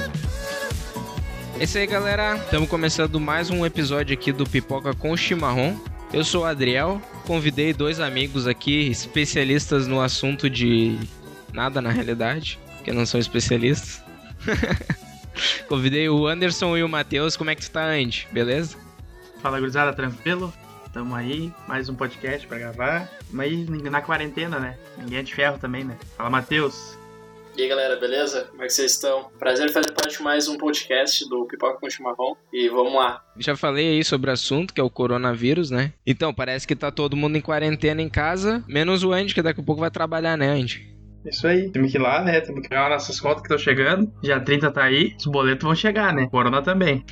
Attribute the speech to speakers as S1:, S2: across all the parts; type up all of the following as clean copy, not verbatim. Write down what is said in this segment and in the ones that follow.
S1: É isso aí, galera. Estamos começando mais um episódio aqui do Pipoca com Chimarrão. Eu sou o Adriel. Convidei 2 amigos aqui, especialistas no assunto de nada na realidade, porque não são especialistas. Convidei o Anderson e o Matheus. Como é que tu tá, Andy? Beleza?
S2: Fala, gurizada, tranquilo? Tamo aí, mais um podcast pra gravar. Tamo aí na quarentena, né? Ninguém é de ferro também, né? Fala, Matheus.
S3: E aí, galera, beleza? Como é que vocês estão? Prazer fazer parte de mais um podcast do Pipoca com Chimarrão. E vamos lá.
S1: Já falei aí sobre o assunto, que é o coronavírus, né? Então, parece que tá todo mundo em quarentena em casa, menos o Andy, que daqui a pouco vai trabalhar, né, Andy?
S2: Isso aí, temos que ir lá, né? Temos que pegar nossas contas que estão chegando. Dia 30 tá aí, os boletos vão chegar, né? Corona também.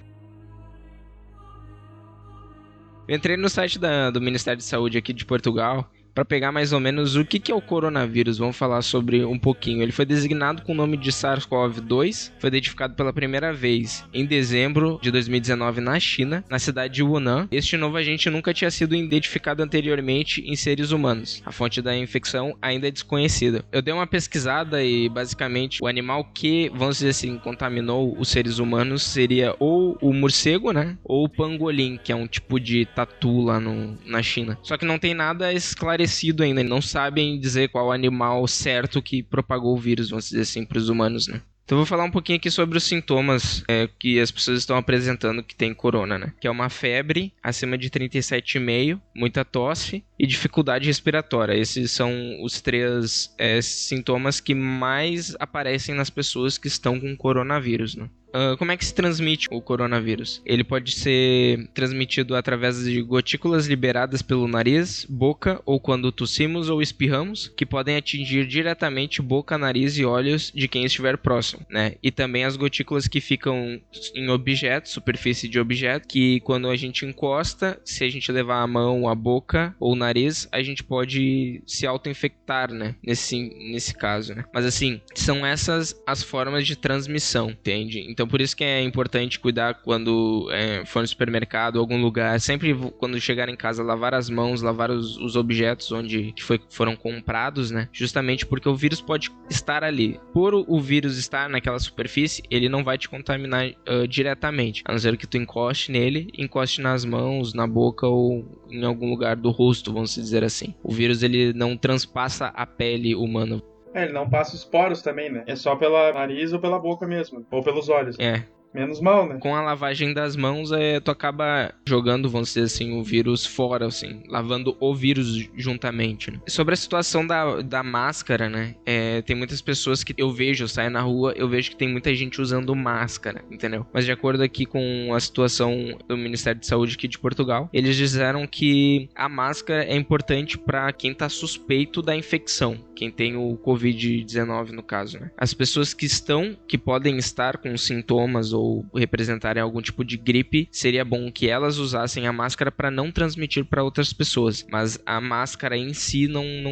S1: Eu entrei no site do Ministério de Saúde aqui de Portugal para pegar mais ou menos o que é o coronavírus. Vamos falar sobre um pouquinho. Ele foi designado com o nome de SARS-CoV-2, foi identificado pela primeira vez em dezembro de 2019 na China, na cidade de Wuhan. Este novo agente nunca tinha sido identificado anteriormente em seres humanos. A fonte da infecção ainda é desconhecida. Eu dei uma pesquisada e basicamente o animal que, vamos dizer assim, contaminou os seres humanos seria ou o morcego, né? Ou o pangolim, que é um tipo de tatu lá na China. Só que não tem nada esclarecido ainda, não sabem dizer qual animal certo que propagou o vírus, vamos dizer assim, para os humanos, né? Então eu vou falar um pouquinho aqui sobre os sintomas que as pessoas estão apresentando que tem corona, né? Que é uma febre acima de 37,5, muita tosse e dificuldade respiratória. Esses são os 3 sintomas que mais aparecem nas pessoas que estão com coronavírus, né? Como é que se transmite o coronavírus? Ele pode ser transmitido através de gotículas liberadas pelo nariz, boca ou quando tossimos ou espirramos, que podem atingir diretamente boca, nariz e olhos de quem estiver próximo, né? E também as gotículas que ficam em objetos, superfície de objeto, que quando a gente encosta, se a gente levar a mão, a boca ou o nariz, a gente pode se auto-infectar, né? Nesse caso, né? Mas assim, são essas as formas de transmissão, entende? Então por isso que é importante cuidar quando for no supermercado ou algum lugar, sempre quando chegar em casa, lavar as mãos, lavar os objetos onde foram comprados, né? Justamente porque o vírus pode estar ali. Por o vírus estar naquela superfície, ele não vai te contaminar diretamente, a não ser que tu encoste nele, encoste nas mãos, na boca ou em algum lugar do rosto, vamos dizer assim. O vírus ele não transpassa a pele humana.
S2: Ele não passa os poros também, né? É só pela nariz ou pela boca mesmo, ou pelos olhos. Menos mal, né?
S1: Com a lavagem das mãos, tu acaba jogando, vamos dizer assim, o vírus fora, assim, lavando o vírus juntamente, né? Sobre a situação da máscara, né? Tem muitas pessoas que eu saio na rua, eu vejo que tem muita gente usando máscara, entendeu? Mas de acordo aqui com a situação do Ministério de Saúde aqui de Portugal, eles disseram que a máscara é importante para quem tá suspeito da infecção, quem tem o Covid-19 no caso, né? As pessoas que podem estar com sintomas ou representarem algum tipo de gripe, seria bom que elas usassem a máscara para não transmitir para outras pessoas. Mas a máscara em si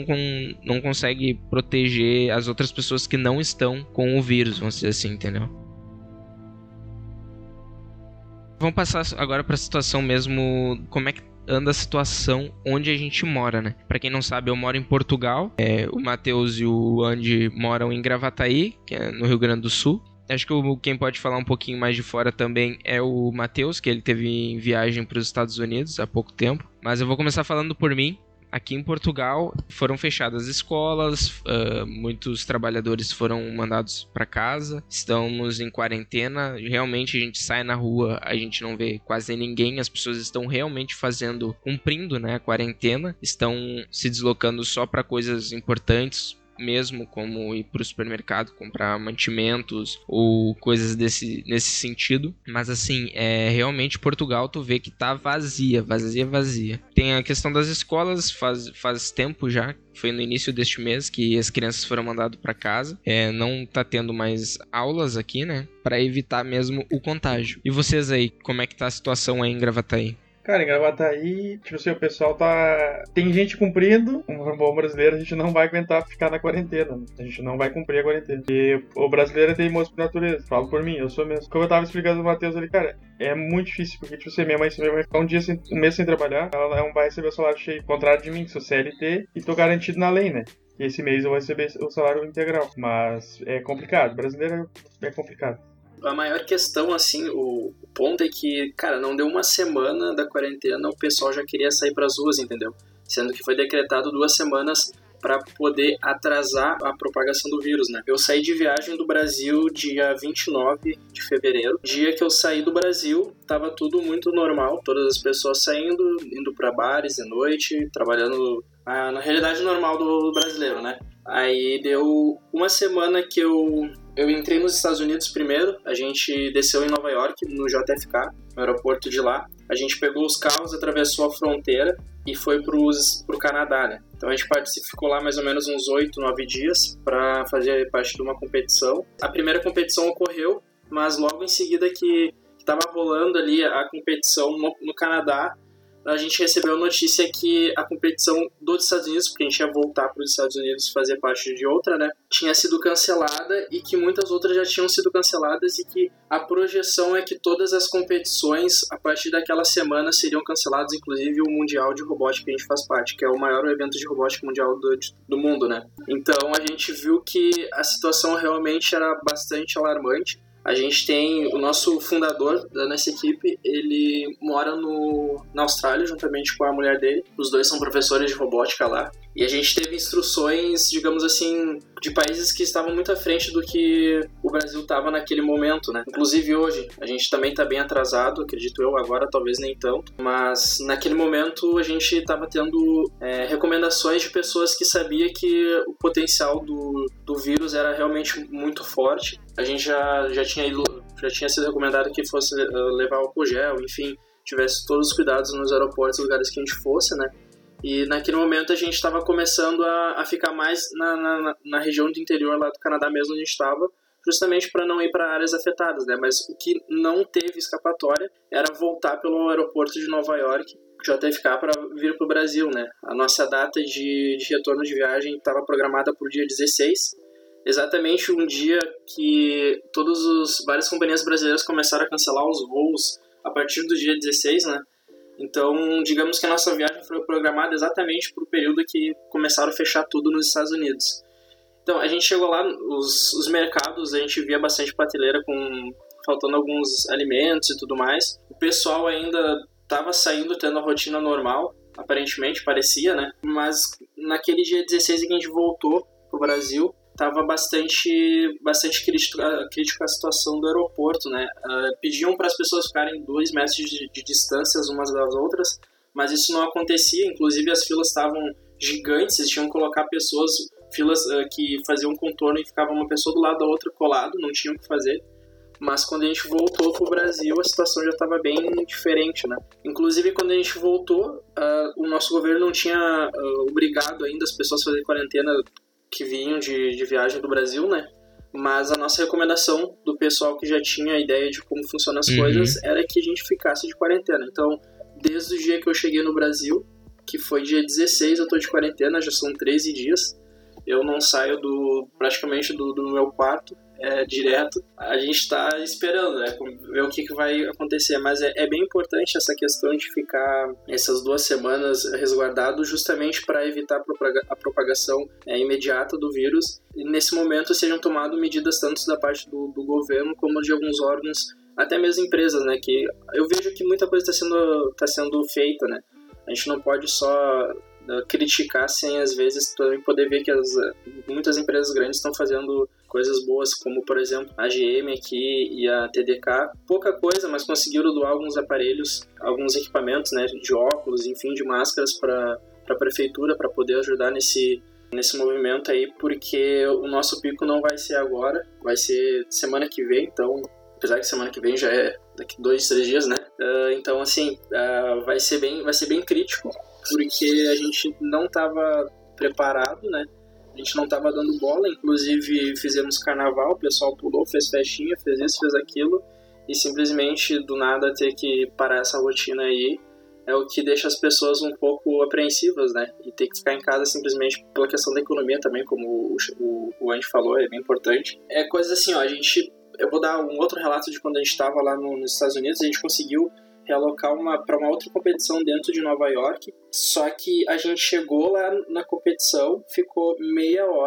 S1: não consegue proteger as outras pessoas que não estão com o vírus, vamos dizer assim, entendeu? Vamos passar agora para a situação mesmo, como é que anda a situação onde a gente mora, né? Pra quem não sabe, eu moro em Portugal, o Matheus e o Andy moram em Gravataí, que é no Rio Grande do Sul. Acho que quem pode falar um pouquinho mais de fora também é o Matheus, que ele teve em viagem para os Estados Unidos há pouco tempo. Mas eu vou começar falando por mim. Aqui em Portugal foram fechadas escolas, muitos trabalhadores foram mandados para casa, estamos em quarentena, realmente a gente sai na rua, a gente não vê quase ninguém, as pessoas estão realmente cumprindo, né, a quarentena, estão se deslocando só para coisas importantes, mesmo como ir para o supermercado comprar mantimentos ou coisas nesse sentido. Mas assim, realmente Portugal tu vê que tá vazia. Tem a questão das escolas, faz tempo já, foi no início deste mês que as crianças foram mandadas para casa. Não tá tendo mais aulas aqui, né, para evitar mesmo o contágio. E vocês aí, como é que tá a situação aí em Gravataí?
S2: Cara, em Gravataí, tipo assim, o pessoal tá... Tem gente cumprindo, como bom brasileiro, a gente não vai aguentar ficar na quarentena, né? A gente não vai cumprir a quarentena. E o brasileiro é teimoso por natureza. Falo por mim, eu sou mesmo. Como eu tava explicando pro Matheus ali, cara, é muito difícil, porque, tipo assim, minha mãe vai ficar um mês sem trabalhar, ela não vai receber o salário cheio. Ao contrário de mim, que sou CLT e tô garantido na lei, né? E esse mês eu vou receber o salário integral. Mas é complicado, brasileiro é complicado.
S3: A maior questão, assim, o ponto é que, cara, não deu uma semana da quarentena, o pessoal já queria sair pras ruas, entendeu? Sendo que foi decretado 2 semanas para poder atrasar a propagação do vírus, né? Eu saí de viagem do Brasil dia 29 de fevereiro. Dia que eu saí do Brasil, tava tudo muito normal, todas as pessoas saindo, indo para bares de noite, trabalhando na realidade normal do brasileiro, né? Aí deu uma semana que eu entrei nos Estados Unidos primeiro, a gente desceu em Nova York, no JFK, no aeroporto de lá. A gente pegou os carros, atravessou a fronteira e foi pro Canadá, né? Então a gente ficou lá mais ou menos uns 8, 9 dias para fazer parte de uma competição. A primeira competição ocorreu, mas logo em seguida que estava rolando ali a competição no Canadá, a gente recebeu a notícia que a competição dos Estados Unidos, porque a gente ia voltar para os Estados Unidos fazer parte de outra, né, tinha sido cancelada e que muitas outras já tinham sido canceladas e que a projeção é que todas as competições, a partir daquela semana, seriam canceladas, inclusive o Mundial de Robótica que a gente faz parte, que é o maior evento de robótica mundial do mundo, né. Então a gente viu que a situação realmente era bastante alarmante. A gente tem o nosso fundador da nossa equipe, ele mora na Austrália juntamente com a mulher dele. Os dois são professores de robótica lá. E a gente teve instruções, digamos assim, de países que estavam muito à frente do que o Brasil estava naquele momento, né? Inclusive hoje, a gente também está bem atrasado, acredito eu, agora talvez nem tanto. Mas naquele momento a gente estava tendo recomendações de pessoas que sabiam que o potencial do vírus era realmente muito forte. A gente já tinha sido recomendado que fosse levar álcool gel, enfim, tivesse todos os cuidados nos aeroportos, lugares que a gente fosse, né? E naquele momento a gente estava começando a ficar mais na região do interior lá do Canadá mesmo onde a gente estava, justamente para não ir para áreas afetadas, né? Mas o que não teve escapatória era voltar pelo aeroporto de Nova York, JFK, para vir para o Brasil, né? A nossa data de retorno de viagem estava programada para o dia 16, exatamente um dia que várias companhias brasileiras começaram a cancelar os voos a partir do dia 16, né? Então, digamos que a nossa viagem foi programada exatamente para o período que começaram a fechar tudo nos Estados Unidos. Então, a gente chegou lá, os mercados, a gente via bastante prateleira faltando alguns alimentos e tudo mais. O pessoal ainda estava saindo, tendo a rotina normal, aparentemente, parecia, né? Mas naquele dia 16 que a gente voltou para o Brasil, estava bastante crítica a situação do aeroporto, né? Pediam para as pessoas ficarem 2 metros de distância umas das outras, mas isso não acontecia. Inclusive as filas estavam gigantes, eles tinham que colocar filas que faziam um contorno e ficava uma pessoa do lado da outra colado, não tinham o que fazer. Mas quando a gente voltou para o Brasil, a situação já estava bem diferente, né? Inclusive, quando a gente voltou, o nosso governo não tinha obrigado ainda as pessoas a fazer quarentena que vinham de viagem do Brasil, né? Mas a nossa recomendação do pessoal que já tinha a ideia de como funcionam as coisas era que a gente ficasse de quarentena. Então, desde o dia que eu cheguei no Brasil, que foi dia 16, eu tô de quarentena, já são 13 dias. Eu não saio praticamente do meu quarto, direto. A gente tá esperando, né? Ver o que vai acontecer. Mas é bem importante essa questão de ficar essas 2 semanas resguardado, justamente para evitar a propagação imediata do vírus. E nesse momento sejam tomadas medidas tanto da parte do governo como de alguns órgãos, até mesmo empresas, né? Que eu vejo que muita coisa tá sendo feita, né? A gente não pode só criticar sem às vezes também poder ver que muitas empresas grandes estão fazendo coisas boas, como por exemplo a GM aqui e a TDK, pouca coisa, mas conseguiram doar alguns aparelhos, alguns equipamentos, né, de óculos, enfim, de máscaras para a prefeitura, para poder ajudar nesse movimento aí, porque o nosso pico não vai ser agora, vai ser semana que vem. Então, apesar que semana que vem já é daqui 2, 3 dias, né? Então, assim, vai ser bem crítico, porque a gente não estava preparado, né? A gente não estava dando bola, inclusive fizemos carnaval, o pessoal pulou, fez festinha, fez isso, fez aquilo, e simplesmente do nada ter que parar essa rotina aí é o que deixa as pessoas um pouco apreensivas, né? E ter que ficar em casa simplesmente pela questão da economia também, como o Andy falou, é bem importante. É coisa assim, ó, eu vou dar um outro relato de quando a gente estava lá nos Estados Unidos. A gente conseguiu realocar para uma outra competição dentro de Nova York, só que a gente chegou lá na competição, ficou meia hora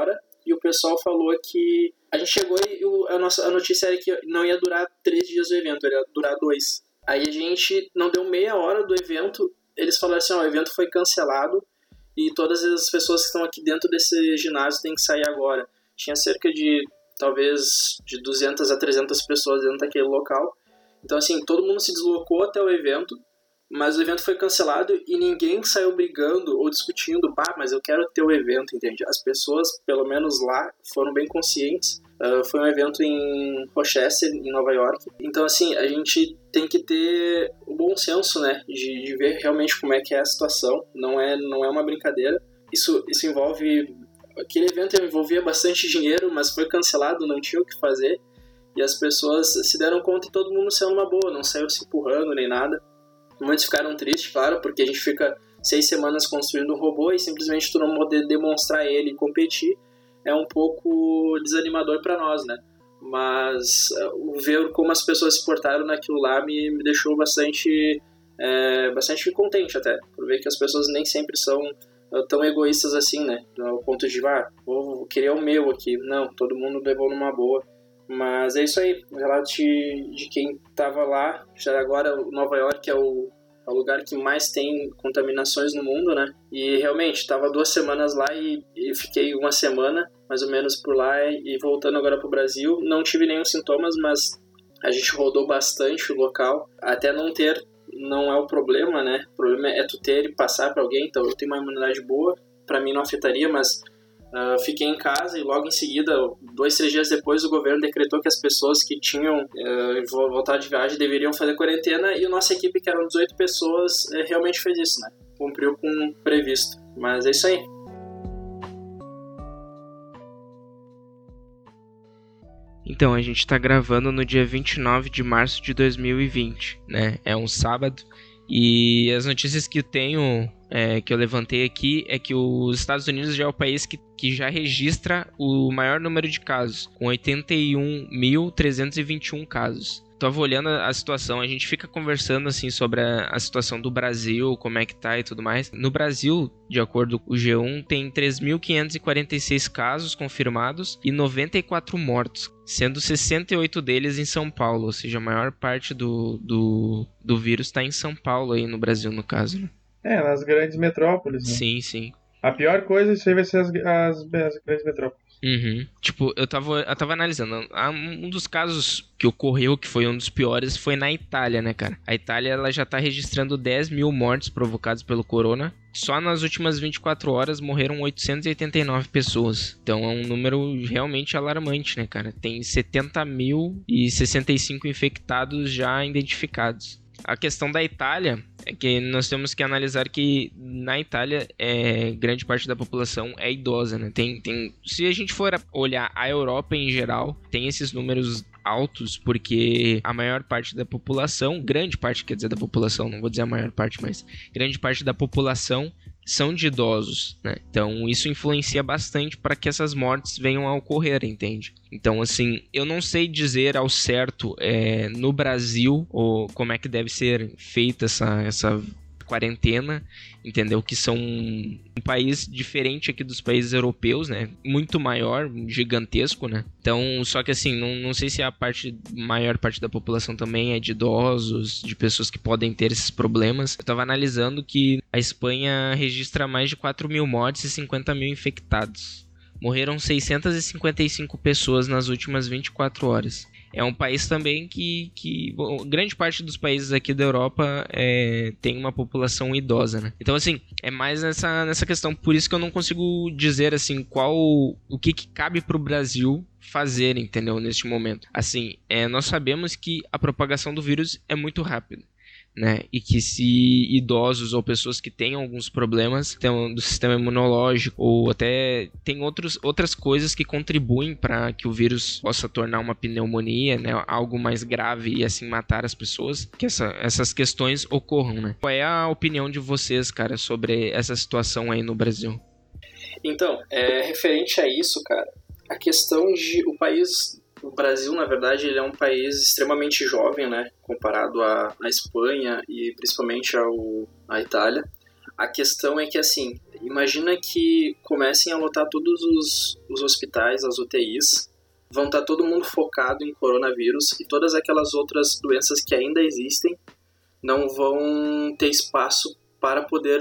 S3: e o pessoal falou que a gente chegou e a notícia era que não ia durar 3 dias o evento, ia durar 2. Aí a gente não deu meia hora do evento, eles falaram assim, o evento foi cancelado e todas as pessoas que estão aqui dentro desse ginásio têm que sair agora. Tinha cerca de, talvez, de 200 a 300 pessoas dentro daquele local. Então, assim, todo mundo se deslocou até o evento, mas o evento foi cancelado e ninguém saiu brigando ou discutindo, mas eu quero ter o evento, entende? As pessoas, pelo menos lá, foram bem conscientes. Foi um evento em Rochester, em Nova York. Então, assim, a gente tem que ter o bom senso, né? De ver realmente como é que é a situação. Não é uma brincadeira. Isso envolve... Aquele evento envolvia bastante dinheiro, mas foi cancelado, não tinha o que fazer. E as pessoas se deram conta e todo mundo saiu numa boa, não saiu se empurrando nem nada. Muitos ficaram tristes, claro, porque a gente fica 6 semanas construindo um robô e simplesmente tu não poder demonstrar ele e competir é um pouco desanimador para nós, né? Mas ver como as pessoas se portaram naquilo lá me deixou bastante contente até, por ver que as pessoas nem sempre são tão egoístas assim, né? Ao ponto de, vou querer o meu aqui. Não, todo mundo levou numa boa. Mas é isso aí, o relato de quem estava lá. Já agora Nova York é o lugar que mais tem contaminações no mundo, né? E realmente, estava 2 semanas lá e fiquei 1 semana, mais ou menos, por lá. E voltando agora para o Brasil, não tive nenhum sintomas, mas a gente rodou bastante o local. Até não ter, não é o problema, né? O problema é tu ter e passar para alguém. Então eu tenho uma imunidade boa, para mim não afetaria, mas... fiquei em casa e logo em seguida, 2, 3 dias depois, o governo decretou que as pessoas que tinham voltado de viagem deveriam fazer quarentena e a nossa equipe, que eram 18 pessoas, realmente fez isso, né? Cumpriu com o previsto. Mas é isso aí.
S1: Então, a gente tá gravando no dia 29 de março de 2020, né? É um sábado. E as notícias que eu tenho, que eu levantei aqui, é que os Estados Unidos já é o país que já registra o maior número de casos, com 81.321 casos. Tava olhando a situação, a gente fica conversando assim sobre a situação do Brasil, como é que tá e tudo mais. No Brasil, de acordo com o G1, tem 3.546 casos confirmados e 94 mortos, sendo 68 deles em São Paulo, ou seja, a maior parte do vírus está em São Paulo, aí no Brasil, no caso, né?
S2: Nas grandes metrópoles, né?
S1: Sim, sim.
S2: A pior coisa, isso aí vai ser as grandes metrópoles.
S1: Uhum. Tipo, eu tava analisando. Um dos casos que ocorreu, que foi um dos piores, foi na Itália, né, cara? A Itália, ela já tá registrando 10 mil mortes provocadas pelo corona. Só nas últimas 24 horas morreram 889 pessoas. Então é um número realmente alarmante, né, cara? Tem 70.065 infectados já identificados. A questão da Itália é que nós temos que analisar que na Itália grande parte da população é idosa, né? Se a gente for olhar a Europa em geral, tem esses números altos porque a maior parte da população, grande parte, quer dizer, da população, não vou dizer a maior parte, mas grande parte da população são de idosos, né? Então isso influencia bastante para que essas mortes venham a ocorrer, entende? Então, assim, eu não sei dizer ao certo no Brasil como é que deve ser feita essa quarentena, entendeu? Que são um país diferente aqui dos países europeus, né? Muito maior, gigantesco, né? Então, só que assim, não sei se a maior parte da população também é de idosos, de pessoas que podem ter esses problemas. Eu tava analisando que a Espanha registra mais de 4 mil mortes e 50 mil infectados. Morreram 655 pessoas nas últimas 24 horas. É um país também que grande parte dos países aqui da Europa tem uma população idosa, né? Então, assim, é mais nessa questão. Por isso que eu não consigo dizer, assim, o que cabe pro Brasil fazer, entendeu? Neste momento. Assim, nós sabemos que a propagação do vírus é muito rápida, né? E que se idosos ou pessoas que têm alguns problemas do sistema imunológico ou até tem outras coisas que contribuem para que o vírus possa tornar uma pneumonia, né? Algo mais grave e assim matar as pessoas, que essas questões ocorram, né? Qual é a opinião de vocês, cara, sobre essa situação aí no Brasil?
S3: Então, referente a isso, cara, a questão de o Brasil, na verdade, ele é um país extremamente jovem, né, comparado à Espanha e principalmente à Itália. A questão é que, assim, imagina que comecem a lotar todos os hospitais, as UTIs, vão estar todo mundo focado em coronavírus e todas aquelas outras doenças que ainda existem não vão ter espaço para poder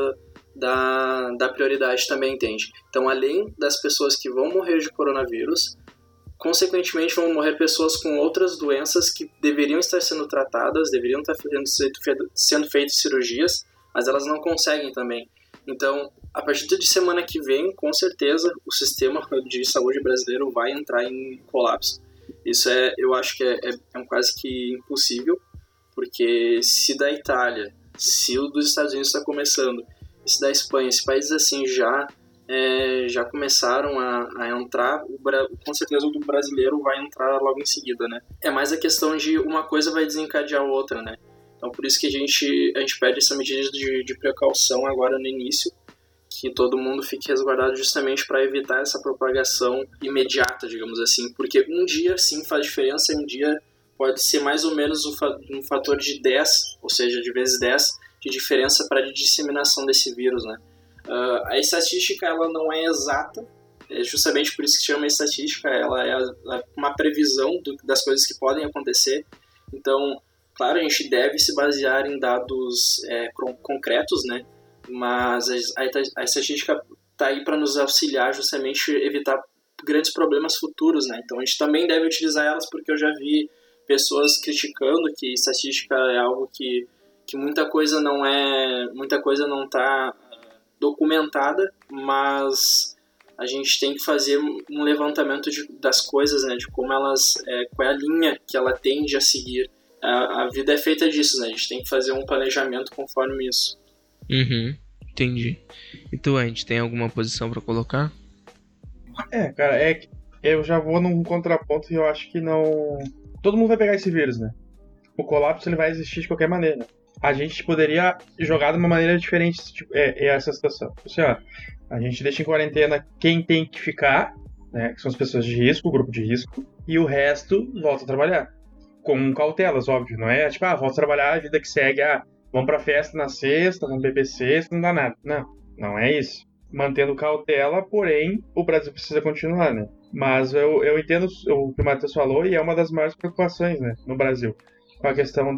S3: dar prioridade também, entende? Então, além das pessoas que vão morrer de coronavírus, consequentemente vão morrer pessoas com outras doenças que deveriam estar sendo tratadas, deveriam estar sendo feitas cirurgias, mas elas não conseguem também. Então, a partir de semana que vem, com certeza, o sistema de saúde brasileiro vai entrar em colapso. Isso eu acho que é quase que impossível, porque se da Itália, se o dos Estados Unidos está começando, se da Espanha, esses países assim já começaram a entrar, com certeza o do brasileiro vai entrar logo em seguida, né? É mais a questão de uma coisa vai desencadear a outra, né? Então por isso que a gente pede essa medida de precaução agora no início, que todo mundo fique resguardado justamente para evitar essa propagação imediata, digamos assim, porque um dia sim faz diferença e um dia pode ser mais ou menos um fator de 10, ou seja, de vezes 10, de diferença para a disseminação desse vírus, né? A estatística ela não é exata, é justamente por isso que se chama estatística, ela é uma previsão das coisas que podem acontecer. Então, claro, a gente deve se basear em dados concretos, né? Mas a estatística está aí para nos auxiliar justamente evitar grandes problemas futuros, né? Então a gente também deve utilizar elas, porque eu já vi pessoas criticando que estatística é algo que muita coisa não está documentada, mas a gente tem que fazer um levantamento das coisas, né? De como elas, qual é a linha que ela tende a seguir. A vida é feita disso, né? A gente tem que fazer um planejamento conforme isso.
S1: Uhum, entendi. E tu, a gente tem alguma posição pra colocar?
S2: Cara, eu já vou num contraponto e eu acho que não... Todo mundo vai pegar esse vírus, né? O colapso ele vai existir de qualquer maneira. A gente poderia jogar de uma maneira diferente, tipo, essa situação. Assim, ó, a gente deixa em quarentena quem tem que ficar, né? Que são as pessoas de risco, o grupo de risco, e o resto volta a trabalhar. Com cautelas, óbvio. Não é tipo, volta a trabalhar, a vida que segue, vamos pra festa na sexta, vamos beber sexta, não dá nada. Não é isso. Mantendo cautela, porém, o Brasil precisa continuar, né? Mas eu entendo o que o Matheus falou e é uma das maiores preocupações, né, no Brasil, com a questão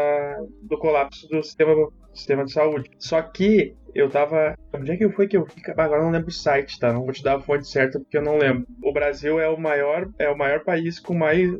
S2: do colapso do sistema de saúde. Só que eu tava... Onde é que foi que eu fiquei? Agora eu não lembro o site, tá? Não vou te dar a fonte certa porque eu não lembro. O Brasil é o maior país com mais...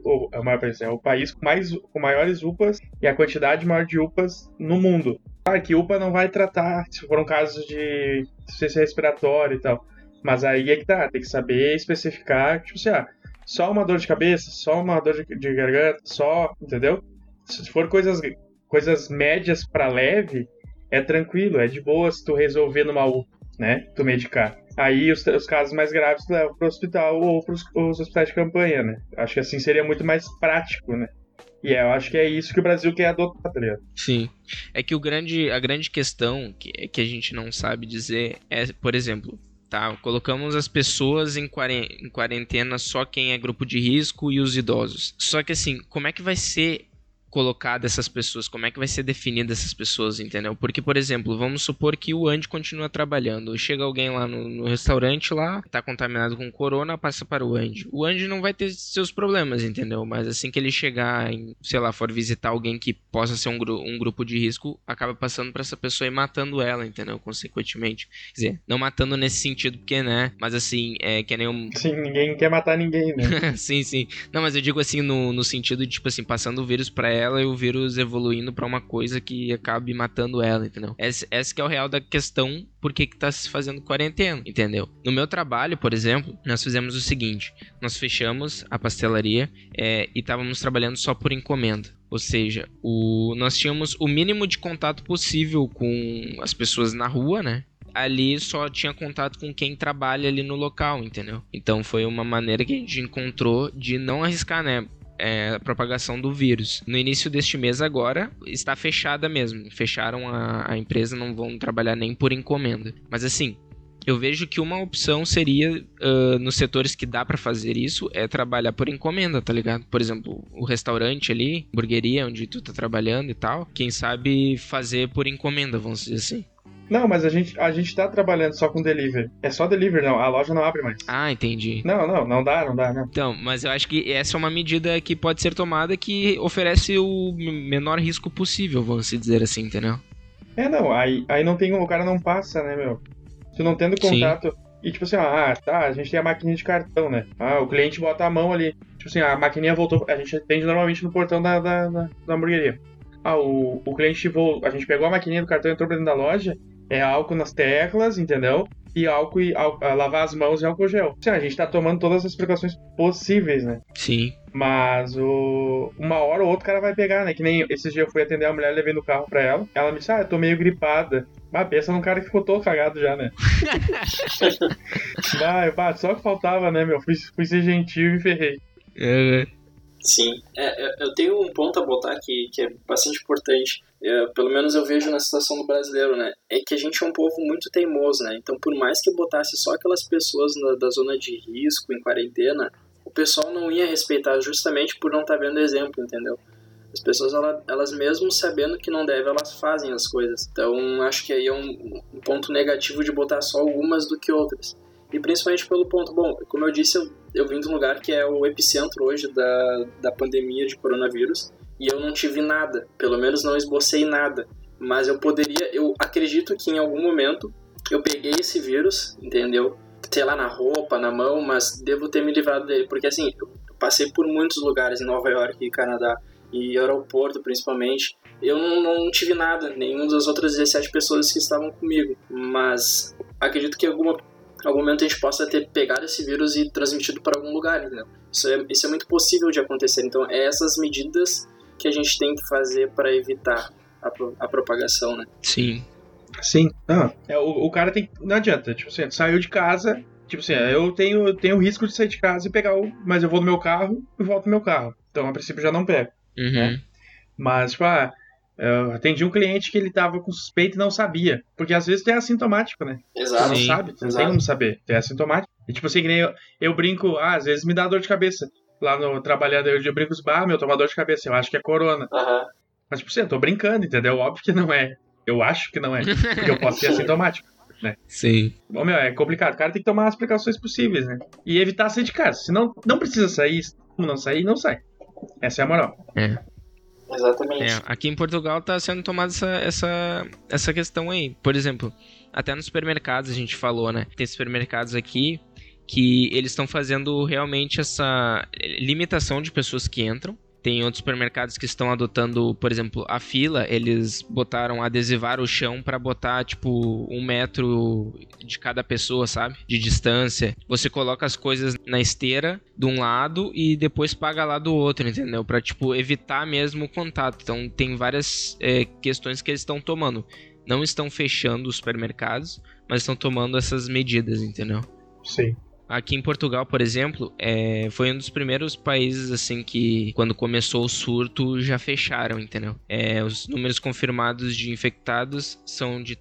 S2: É o país com maiores UPAs e a quantidade maior de UPAs no mundo. Claro que UPA não vai tratar se for um caso de insuficiência respiratória e tal. Mas aí é que tá, tem que saber especificar, tipo assim, só uma dor de cabeça, só uma dor de garganta, só, entendeu? Se for coisas médias pra leve, é tranquilo, é de boa se tu resolver numa UPA, né? Tu medicar. Aí os casos mais graves tu leva pro hospital ou pros hospitais de campanha, né? Acho que assim seria muito mais prático, né? E eu acho que é isso que o Brasil quer adotar, tá ligado?
S1: Sim. É que a grande questão que a gente não sabe dizer é, por exemplo... Tá, colocamos as pessoas em quarentena, só quem é grupo de risco e os idosos. Só que assim, como é que vai ser colocada essas pessoas? Como é que vai ser definida essas pessoas, entendeu? Porque, por exemplo, vamos supor que o Andy continua trabalhando. Chega alguém lá no restaurante lá, tá contaminado com corona, passa para o Andy. O Andy não vai ter seus problemas, entendeu? Mas assim que ele chegar, sei lá, for visitar alguém que possa ser um grupo de risco, acaba passando para essa pessoa e matando ela, entendeu? Consequentemente. Quer dizer, não matando nesse sentido, porque, né? Mas assim, que nem um...
S2: Sim, ninguém quer matar ninguém, né?
S1: Sim. Não, mas eu digo assim, no sentido de, tipo assim, passando o vírus pra ela e o vírus evoluindo pra uma coisa que acabe matando ela, entendeu? Essa que é o real da questão, por que tá se fazendo quarentena, entendeu? No meu trabalho, por exemplo, nós fizemos o seguinte, nós fechamos a pastelaria e estávamos trabalhando só por encomenda. Ou seja, nós tínhamos o mínimo de contato possível com as pessoas na rua, né? Ali só tinha contato com quem trabalha ali no local, entendeu? Então foi uma maneira que a gente encontrou de não arriscar, né? A propagação do vírus. No início deste mês agora, está fechada mesmo. Fecharam a empresa, não vão trabalhar nem por encomenda. Mas assim, eu vejo que uma opção seria, nos setores que dá pra fazer isso, é trabalhar por encomenda, tá ligado? Por exemplo, o restaurante ali, hamburgueria, onde tu tá trabalhando e tal, quem sabe fazer por encomenda, vamos dizer assim.
S2: Não, mas a gente tá trabalhando só com delivery. É só delivery, não. A loja não abre mais.
S1: Ah, entendi.
S2: Não dá, não.
S1: Então, mas eu acho que essa é uma medida que pode ser tomada que oferece o menor risco possível, vamos dizer assim, entendeu?
S2: Não, aí não tem, o cara não passa, né, meu? Tu não tendo contato. E tipo assim, tá, a gente tem a maquininha de cartão, né? O cliente bota a mão ali. Tipo assim, a maquininha voltou. A gente atende normalmente no portão da hamburgueria. O cliente voltou. A gente pegou a maquininha do cartão e entrou pra dentro da loja. É álcool nas teclas, entendeu? E álcool lavar as mãos e álcool gel. Assim, a gente tá tomando todas as precauções possíveis, né?
S1: Sim.
S2: Mas uma hora ou outra o cara vai pegar, né? Que nem esses dias eu fui atender a mulher, levei no carro pra ela. Ela me disse, eu tô meio gripada. Pensa num cara que ficou todo cagado já, né? Só que faltava, né, meu? Fui ser gentil e me ferrei.
S3: Sim. Eu tenho um ponto a botar aqui que é bastante importante. Pelo menos eu vejo na situação do brasileiro, né? É que a gente é um povo muito teimoso, né? Então, por mais que botasse só aquelas pessoas da zona de risco, em quarentena, o pessoal não ia respeitar justamente por não estar vendo exemplo, entendeu? As pessoas, elas mesmo sabendo que não deve, elas fazem as coisas. Então, acho que aí é um ponto negativo de botar só algumas do que outras. E principalmente pelo ponto, como eu disse, eu vim de um lugar que é o epicentro hoje da pandemia de coronavírus e eu não tive nada, pelo menos não esbocei nada. Mas eu acredito que em algum momento eu peguei esse vírus, entendeu? Sei lá, na roupa, na mão, mas devo ter me livrado dele, porque assim, eu passei por muitos lugares em Nova York e Canadá, e aeroporto principalmente, eu não tive nada, nenhuma das outras 17 pessoas que estavam comigo, mas acredito que em algum momento a gente possa ter pegado esse vírus e transmitido para algum lugar, entendeu? Isso é muito possível de acontecer, então é essas medidas que a gente tem que fazer para evitar a propagação, né?
S1: Sim.
S2: Sim. O cara tem. Não adianta, tipo assim, saiu de casa. Tipo assim, eu tenho risco de sair de casa e pegar mas eu vou no meu carro e volto no meu carro. Então, a princípio, já não pego.
S1: Uhum.
S2: Né? Mas, tipo, eu atendi um cliente que ele tava com suspeita e não sabia. Porque às vezes tu é assintomático, né?
S3: Exato.
S2: Tu não sabe, tu não tem como saber. Tu é assintomático. E tipo assim, que nem eu brinco, às vezes me dá dor de cabeça. Lá no trabalhando, eu brinco os meu tomador de cabeça, eu acho que é corona.
S3: Uhum.
S2: Mas, tipo assim, eu tô brincando, entendeu? Óbvio que não é. Eu acho que não é. Porque eu posso ser assintomático, né?
S1: Sim.
S2: Bom, é complicado. O cara tem que tomar as precauções possíveis, né? E evitar sair de casa. Se não precisa sair, se não sair, não sai. Essa é a moral.
S3: Exatamente.
S1: Aqui em Portugal tá sendo tomada essa questão aí. Por exemplo, até nos supermercados a gente falou, né? Tem supermercados aqui que eles estão fazendo realmente essa limitação de pessoas que entram. Tem outros supermercados que estão adotando, por exemplo, a fila, eles adesivaram o chão para botar, tipo, 1 metro de cada pessoa, sabe? De distância. Você coloca as coisas na esteira de um lado e depois paga lá do outro, entendeu? Pra, tipo, evitar mesmo o contato. Então, tem várias questões que eles estão tomando. Não estão fechando os supermercados, mas estão tomando essas medidas, entendeu?
S2: Sim.
S1: Aqui em Portugal, por exemplo, foi um dos primeiros países assim que, quando começou o surto, já fecharam, entendeu? Os números confirmados de infectados são de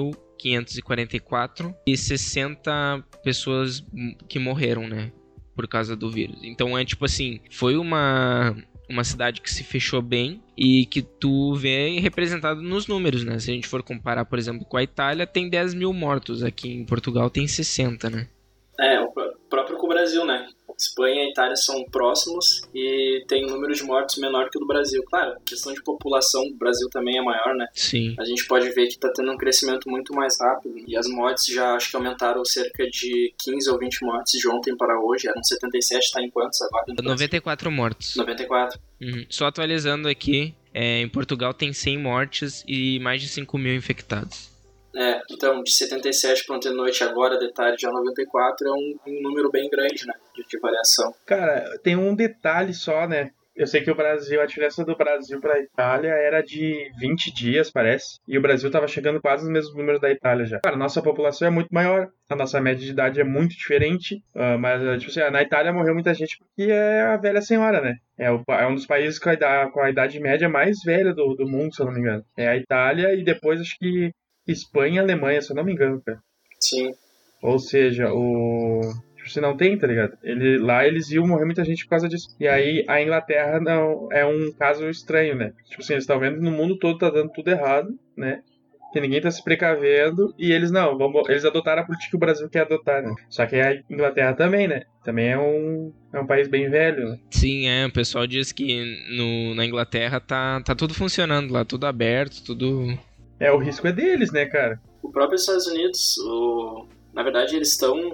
S1: 3.544 e 60 pessoas que morreram, né? Por causa do vírus. Então, tipo assim, foi uma cidade que se fechou bem e que tu vê representado nos números, né? Se a gente for comparar, por exemplo, com a Itália, tem 10 mil mortos. Aqui em Portugal tem 60, né?
S3: O próprio com o Brasil, né? Espanha e Itália são próximos e tem um número de mortos menor que o do Brasil. Claro, questão de população, o Brasil também é maior, né?
S1: Sim.
S3: A gente pode ver que está tendo um crescimento muito mais rápido e as mortes já acho que aumentaram cerca de 15 ou 20 mortes de ontem para hoje. Eram 77, está em quantos agora?
S1: 94 mortos.
S3: 94.
S1: Só atualizando aqui, em Portugal tem 100 mortes e mais de 5 mil infectados.
S3: Então, de 77 para ontem à noite agora, detalhe, já 94 é um número bem grande, né, de variação.
S2: Cara, tem um detalhe só, né? Eu sei que a diferença do Brasil para a Itália era de 20 dias, parece. E o Brasil tava chegando quase nos mesmos números da Itália já. Cara, a nossa população é muito maior. A nossa média de idade é muito diferente. Mas, tipo assim, na Itália morreu muita gente porque é a velha senhora, né? É um dos países com a idade média mais velha do mundo, se eu não me engano. É a Itália e depois acho que Espanha e Alemanha, se eu não me engano, cara.
S3: Sim.
S2: Ou seja, você não tem, tá ligado? Lá eles iam morrer muita gente por causa disso. E aí a Inglaterra não é um caso estranho, né? Tipo assim, eles estão vendo que no mundo todo tá dando tudo errado, né? que ninguém tá se precavendo, e eles eles adotaram a política que o Brasil quer adotar, né? Só que a Inglaterra também, né? Também é um país bem velho, né?
S1: Sim, o pessoal diz que na Inglaterra tá tudo funcionando lá, tudo aberto, tudo...
S2: O risco é deles, né, cara?
S3: O próprio Estados Unidos, na verdade, eles estão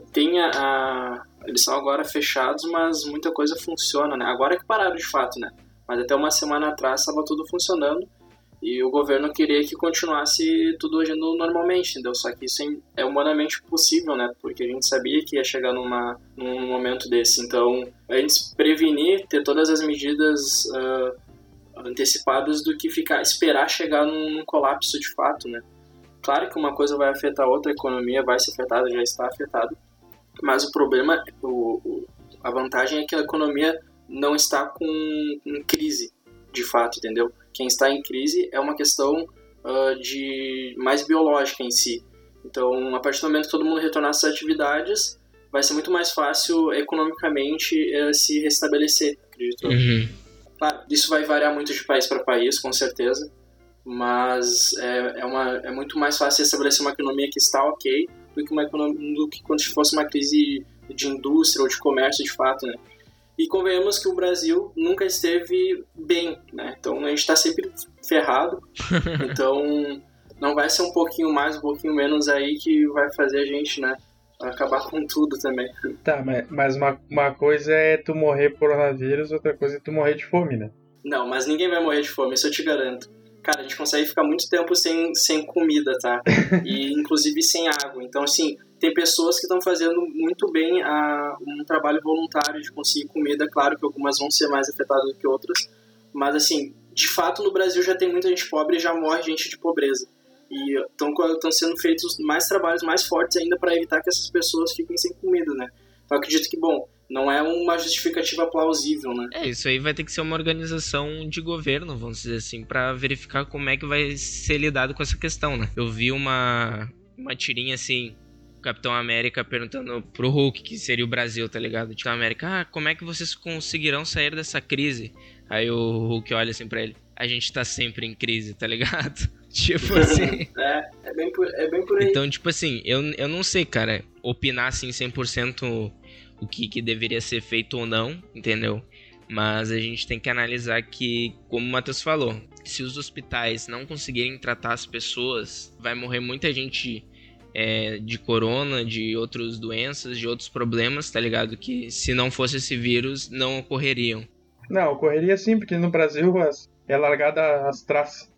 S3: agora fechados, mas muita coisa funciona, né? Agora que pararam de fato, né? Mas até uma semana atrás estava tudo funcionando e o governo queria que continuasse tudo agindo normalmente, entendeu? Só que isso é humanamente possível, né? Porque a gente sabia que ia chegar num momento desse. Então, antes prevenir, ter todas as medidas antecipadas do que esperar chegar num colapso de fato, né? Claro que uma coisa vai afetar a outra, a economia vai ser afetada, já está afetada, mas o problema, a vantagem é que a economia não está em crise, de fato, entendeu? Quem está em crise é uma questão mais biológica em si. Então, a partir do momento que todo mundo retornar às atividades, vai ser muito mais fácil economicamente se restabelecer, acredito.
S1: Uhum.
S3: Claro, isso vai variar muito de país para país, com certeza, mas é muito mais fácil estabelecer uma economia que está ok do que quando fosse uma crise de indústria ou de comércio de fato, né? E convenhamos que o Brasil nunca esteve bem, né? Então a gente está sempre ferrado, então não vai ser um pouquinho mais, um pouquinho menos aí que vai fazer a gente, né, acabar com tudo também.
S2: Tá, mas uma coisa é tu morrer por coronavírus, outra coisa é tu morrer de fome, né?
S3: Não, mas ninguém vai morrer de fome, isso eu te garanto. Cara, a gente consegue ficar muito tempo sem comida, tá? E inclusive sem água. Então, assim, tem pessoas que estão fazendo muito bem um trabalho voluntário de conseguir comida. Claro que algumas vão ser mais afetadas do que outras. Mas, assim, de fato, no Brasil já tem muita gente pobre e já morre gente de pobreza. E estão sendo feitos mais trabalhos mais fortes ainda para evitar que essas pessoas fiquem sem comida, né? Então, eu acredito que, bom, não é uma justificativa plausível, né?
S1: Isso aí vai ter que ser uma organização de governo, vamos dizer assim, pra verificar como é que vai ser lidado com essa questão, né? Eu vi uma tirinha assim, o Capitão América perguntando pro Hulk, que seria o Brasil, tá ligado? Capitão América, como é que vocês conseguirão sair dessa crise? Aí o Hulk olha assim pra ele, a gente tá sempre em crise, tá ligado? Tipo assim...
S3: é bem por aí.
S1: Então, tipo assim, eu não sei, cara, opinar assim 100% o que deveria ser feito ou não, entendeu? Mas a gente tem que analisar que, como o Matheus falou, se os hospitais não conseguirem tratar as pessoas, vai morrer muita gente de corona, de outras doenças, de outros problemas, tá ligado? Que se não fosse esse vírus, não ocorreriam.
S2: Não, ocorreria sim, porque no Brasil é largada as traças.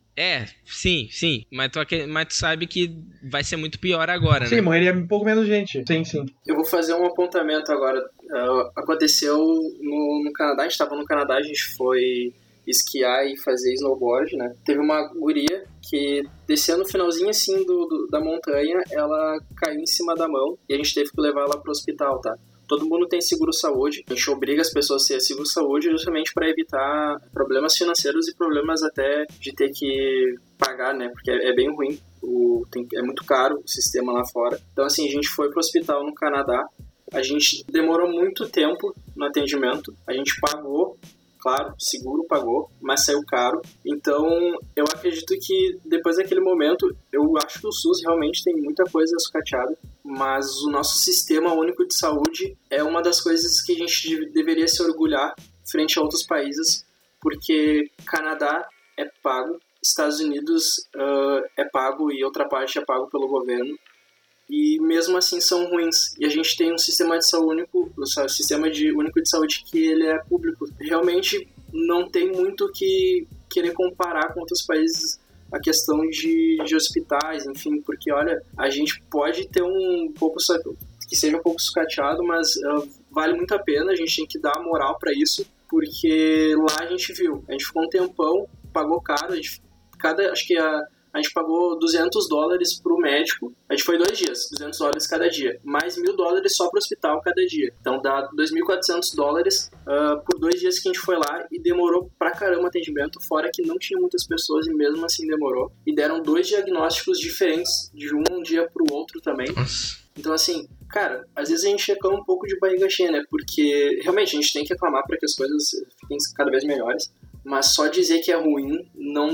S1: Sim, mas tu sabe que vai ser muito pior agora,
S2: sim,
S1: né?
S2: Sim, morreria um pouco menos gente, sim.
S3: Eu vou fazer um apontamento agora. Aconteceu no Canadá, a gente estava no Canadá, a gente foi esquiar e fazer snowboard, né? Teve uma guria que, descendo no finalzinho assim da montanha, ela caiu em cima da mão e a gente teve que levar ela pro hospital, tá? Todo mundo tem seguro-saúde, a gente obriga as pessoas a ter seguro-saúde justamente para evitar problemas financeiros e problemas até de ter que pagar, né? Porque é bem ruim, é muito caro o sistema lá fora. Então, assim, a gente foi pro hospital no Canadá, a gente demorou muito tempo no atendimento, a gente pagou, claro, seguro pagou, mas saiu caro. Então, eu acredito que depois daquele momento, eu acho que o SUS realmente tem muita coisa sucateada, mas o nosso sistema único de saúde é uma das coisas que a gente deveria se orgulhar frente a outros países, porque Canadá é pago, Estados Unidos é pago e outra parte é pago pelo governo, e mesmo assim são ruins. E a gente tem um sistema de saúde único, único de saúde que ele é público. Realmente não tem muito que querer comparar com outros países a questão de hospitais, enfim, porque olha, a gente pode ter um pouco que seja um pouco sucateado, mas vale muito a pena, a gente tem que dar moral para isso, porque lá a gente ficou um tempão, pagou caro, acho que a gente pagou $200 pro médico. A gente foi 2 dias, $200 cada dia. Mais $1.000 só pro hospital cada dia. Então dá $2.400 por 2 dias que a gente foi lá e demorou pra caramba o atendimento, fora que não tinha muitas pessoas e mesmo assim demorou. E deram 2 diagnósticos diferentes de um dia pro outro também. Então assim, cara, às vezes a gente reclama um pouco de barriga cheia, né? Porque realmente a gente tem que reclamar para que as coisas fiquem cada vez melhores. Mas só dizer que é ruim não dá.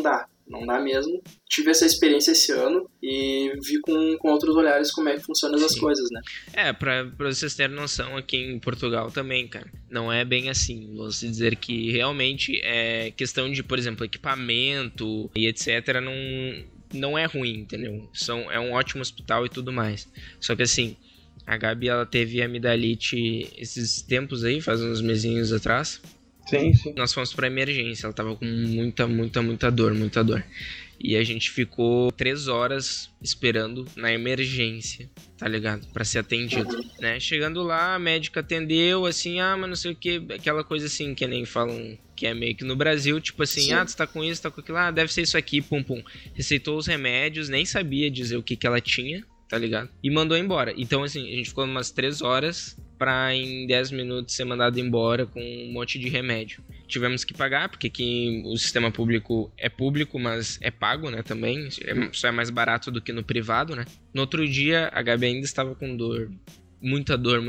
S3: Não dá mesmo. Tive essa experiência esse ano e vi com outros olhares como é que funcionam essas coisas, né?
S1: Pra vocês terem noção, aqui em Portugal também, cara, não é bem assim. Vou se dizer que realmente é questão de, por exemplo, equipamento e etc. Não é ruim, entendeu? É um ótimo hospital e tudo mais. Só que assim, a Gabi, ela teve amidalite esses tempos aí, faz uns mesinhos atrás.
S2: Sim.
S1: Nós fomos pra emergência, ela tava com muita dor. E a gente ficou 3 horas esperando na emergência, tá ligado? Pra ser atendido, né? Chegando lá, a médica atendeu, assim, mas não sei o que, aquela coisa assim, que nem falam que é meio que no Brasil, tipo assim,
S3: Sim.
S1: tu tá com isso, tá com aquilo, deve ser isso aqui, pum. Receitou os remédios, nem sabia dizer o que ela tinha, tá ligado? E mandou embora. Então, assim, a gente ficou umas 3 horas pra em 10 minutos ser mandado embora com um monte de remédio. Tivemos que pagar, porque aqui o sistema público, mas é pago, né, também. Só é mais barato do que no privado, né? No outro dia, a Gabi ainda estava com dor. Muita dor.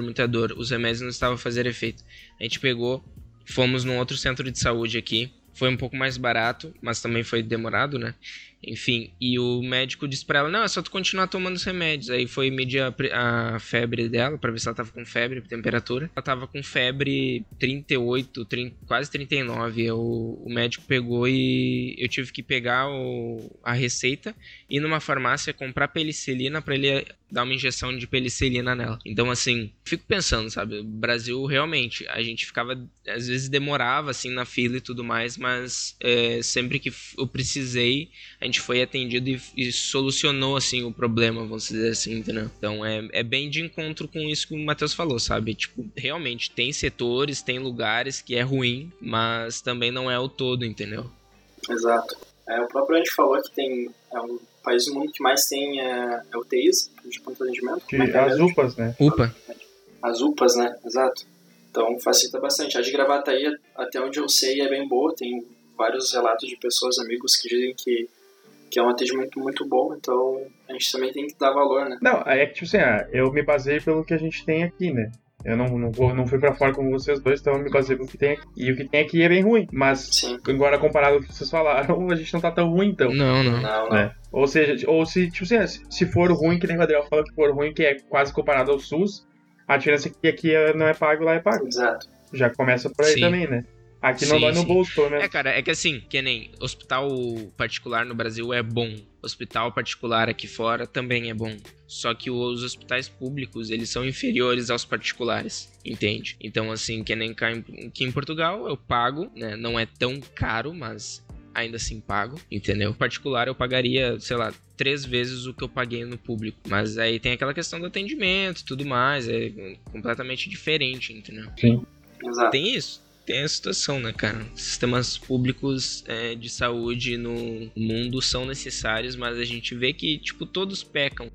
S1: Os remédios não estavam fazendo efeito. A gente pegou, fomos num outro centro de saúde aqui. Foi um pouco mais barato, mas também foi demorado, né? Enfim, e o médico disse pra ela, não, é só tu continuar tomando os remédios. Aí foi medir a febre dela, pra ver se ela tava com febre, temperatura. Ela tava com febre 38, quase 39. O médico pegou e eu tive que pegar a receita e ir numa farmácia comprar penicilina pra ele dar uma injeção de penicilina nela. Então, assim, fico pensando, sabe? O Brasil, realmente, a gente ficava, às vezes demorava, assim, na fila e tudo mais, mas sempre que eu precisei, a gente foi atendido e solucionou, assim, o problema, vamos dizer assim, entendeu? Então, é bem de encontro com isso que o Matheus falou, sabe? Tipo, realmente, tem setores, tem lugares que é ruim, mas também não é o todo, entendeu?
S3: Exato. O próprio Andy falou que é um país do mundo que mais tem UTIs, de pronto atendimento.
S2: As UPAs, né?
S1: UPA.
S3: As UPAs, né? Exato. Então facilita bastante. A de Gravataí, até onde eu sei, é bem boa. Tem vários relatos de pessoas, amigos, que dizem que é um atendimento muito bom. Então a gente também tem que dar valor, né?
S2: Não, é que tipo assim, eu me basei pelo que a gente tem aqui, né? Eu não fui pra fora como vocês dois, então eu me basei pelo que tem aqui. E o que tem aqui é bem ruim. Mas,
S3: Sim.
S2: Agora comparado ao que vocês falaram, a gente não tá tão ruim, então.
S1: Não.
S2: Né? Ou seja, se, tipo assim, se for ruim, que nem o Adriel fala que for ruim, que é quase comparado ao SUS, a diferença é que aqui não é pago, lá é pago.
S3: Exato.
S2: Já começa por aí também, né? Aqui não dói no bolso, pelo menos.
S1: Cara, é que assim, que nem hospital particular no Brasil é bom. Hospital particular aqui fora também é bom. Só que os hospitais públicos, eles são inferiores aos particulares, entende? Então, assim, que nem aqui em Portugal, eu pago, né? Não é tão caro, mas ainda assim pago, entendeu? Particular eu pagaria, sei lá, 3 vezes o que eu paguei no público. Mas aí tem aquela questão do atendimento e tudo mais, é completamente diferente, entendeu?
S2: Sim.
S3: Exato.
S1: Tem isso. Tem a situação, né, cara? Sistemas públicos de saúde no mundo são necessários, mas a gente vê que, tipo, todos pecam.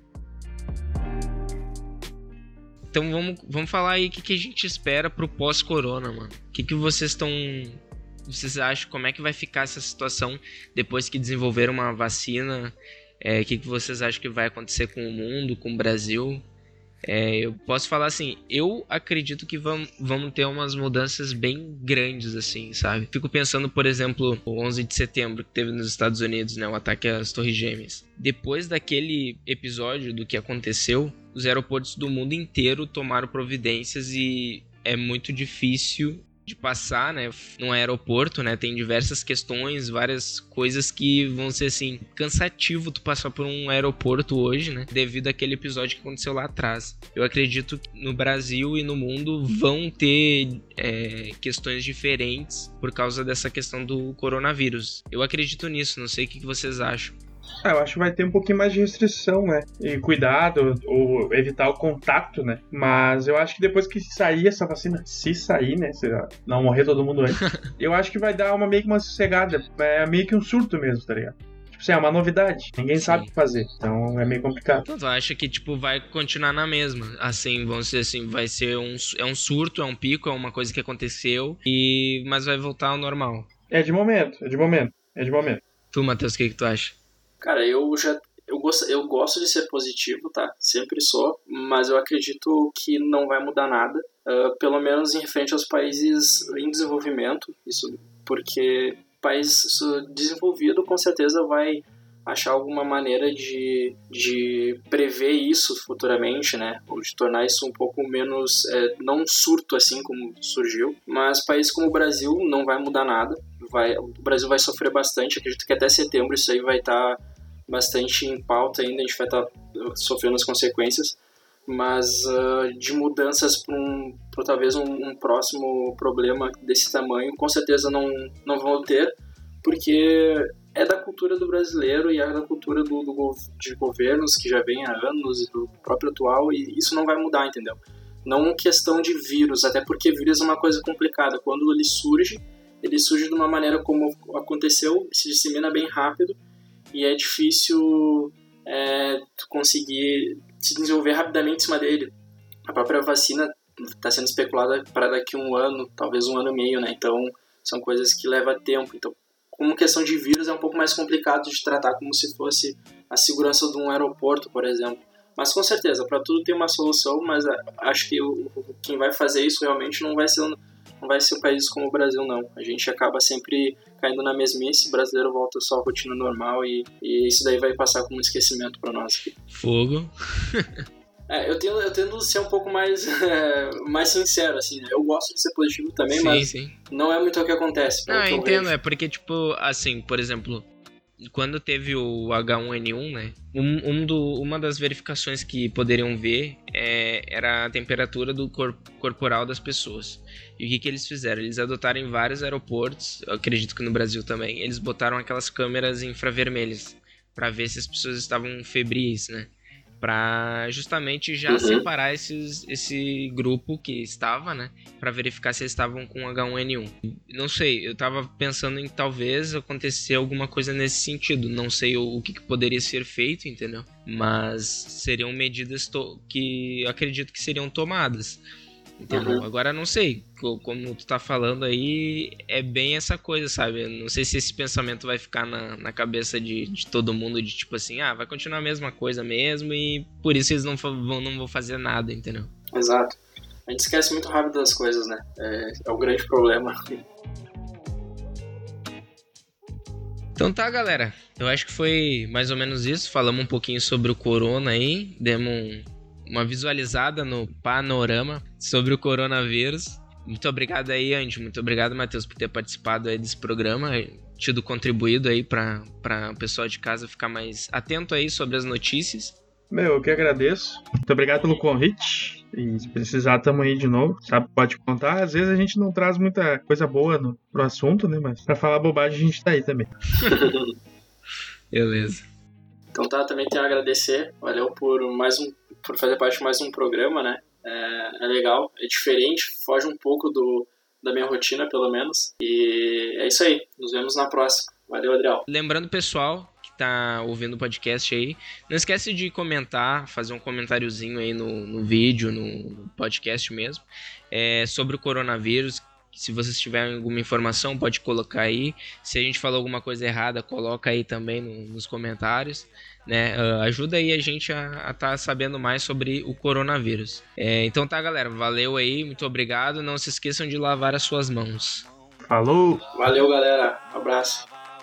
S1: Então vamos falar aí o que a gente espera pro pós-corona, mano. O que vocês estão... Vocês acham, como é que vai ficar essa situação depois que desenvolver uma vacina? O que vocês acham que vai acontecer com o mundo, com o Brasil? Eu posso falar assim, eu acredito que vamos ter umas mudanças bem grandes, assim, sabe? Fico pensando, por exemplo, o 11 de setembro que teve nos Estados Unidos, né? O ataque às Torres Gêmeas. Depois daquele episódio do que aconteceu, os aeroportos do mundo inteiro tomaram providências e é muito difícil de passar, né, num aeroporto, né, tem diversas questões, várias coisas que vão ser, assim, cansativo tu passar por um aeroporto hoje, né, devido àquele episódio que aconteceu lá atrás. Eu acredito que no Brasil e no mundo vão ter questões diferentes por causa dessa questão do coronavírus. Eu acredito nisso, não sei o que vocês acham.
S2: Eu acho que vai ter um pouquinho mais de restrição, né? E cuidado, ou evitar o contato, né? Mas eu acho que depois que sair essa vacina, se sair, né? Se não morrer todo mundo antes, eu acho que vai dar meio que uma sossegada. É meio que um surto mesmo, tá ligado? Tipo assim, é uma novidade. Ninguém sabe o que fazer. Então é meio complicado.
S1: Então tu acha que, tipo, vai continuar na mesma? Assim, vamos dizer assim, vai ser um surto, é um pico, é uma coisa que aconteceu, mas vai voltar ao normal.
S2: É de momento.
S1: Tu, Matheus, o que tu acha?
S3: Cara, eu gosto de ser positivo, tá? Sempre sou, mas eu acredito que não vai mudar nada, pelo menos em frente aos países em desenvolvimento, isso porque país desenvolvido com certeza vai achar alguma maneira de prever isso futuramente, né? Ou de tornar isso um pouco menos, não um surto assim como surgiu, mas países como o Brasil não vai mudar nada. O Brasil vai sofrer bastante, acredito que até setembro isso aí vai estar bastante em pauta ainda, a gente vai estar sofrendo as consequências, mas de mudanças para talvez um próximo problema desse tamanho, com certeza não vão ter, porque é da cultura do brasileiro e é da cultura de governos que já vem há anos e do próprio atual, e isso não vai mudar, entendeu? Não questão de vírus, até porque vírus é uma coisa complicada. Quando ele surge de uma maneira como aconteceu, se dissemina bem rápido e é difícil conseguir se desenvolver rapidamente em cima dele. A própria vacina está sendo especulada para daqui a 1 ano, talvez 1 ano e meio, né? Então são coisas que levam tempo. Então, como questão de vírus, é um pouco mais complicado de tratar, como se fosse a segurança de um aeroporto, por exemplo. Mas com certeza, para tudo tem uma solução, mas acho que quem vai fazer isso realmente não vai ser um país como o Brasil, não. A gente acaba sempre caindo na mesmice, o brasileiro volta só à rotina normal e isso daí vai passar como um esquecimento para nós aqui.
S1: Fogo.
S3: Eu tendo a ser um pouco mais sincero, assim, né? Eu gosto de ser positivo também, mas não é muito o que acontece.
S1: Não, eu entendo, é porque, tipo, assim, por exemplo, quando teve o H1N1, né, uma das verificações que poderiam ver era a temperatura do corporal das pessoas. E o que eles fizeram? Eles adotaram em vários aeroportos, eu acredito que no Brasil também, eles botaram aquelas câmeras infravermelhas para ver se as pessoas estavam febris, né? Para justamente já separar esse grupo que estava, né, para verificar se eles estavam com H1N1. Não sei, eu tava pensando em talvez acontecer alguma coisa nesse sentido, não sei o que poderia ser feito, entendeu? Mas seriam medidas que eu acredito que seriam tomadas, entendeu? Agora não sei, como tu tá falando aí, é bem essa coisa, sabe? Eu não sei se esse pensamento vai ficar na cabeça de todo mundo, de tipo assim, vai continuar a mesma coisa mesmo e por isso eles não vão fazer nada, entendeu?
S3: Exato. A gente esquece muito rápido das coisas, né? É o grande problema.
S1: Então tá, galera. Eu acho que foi mais ou menos isso. Falamos um pouquinho sobre o corona aí, demos uma visualizada no panorama sobre o coronavírus. Muito obrigado aí, Andy. Muito obrigado, Matheus, por ter participado aí desse programa, tido contribuído aí para o pessoal de casa ficar mais atento aí sobre as notícias.
S2: Eu que agradeço. Muito obrigado pelo convite. E se precisar, tamo aí de novo. Sabe, pode contar. Às vezes a gente não traz muita coisa boa pro assunto, né? Mas pra falar bobagem a gente tá aí também.
S1: Beleza.
S3: Então tá, também tenho a agradecer. Valeu por fazer parte de mais um programa, né? É legal, é diferente, foge um pouco da minha rotina, pelo menos. E é isso aí, nos vemos na próxima. Valeu, Adriel.
S1: Lembrando, pessoal que tá ouvindo o podcast aí, não esquece de comentar, fazer um comentáriozinho aí no vídeo, no podcast mesmo, sobre o coronavírus. Se vocês tiverem alguma informação, pode colocar aí. Se a gente falou alguma coisa errada, coloca aí também nos comentários, né? Ajuda aí a gente a estar sabendo mais sobre o coronavírus. Então tá, galera. Valeu aí, muito obrigado. Não se esqueçam de lavar as suas mãos.
S2: Falou!
S3: Valeu, galera. Abraço.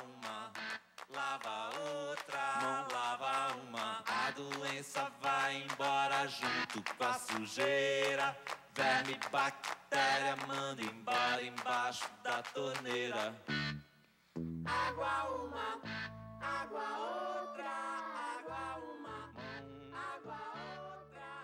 S4: A doença vai embora junto com a sujeira. Verme, bactéria, manda embora embaixo da torneira.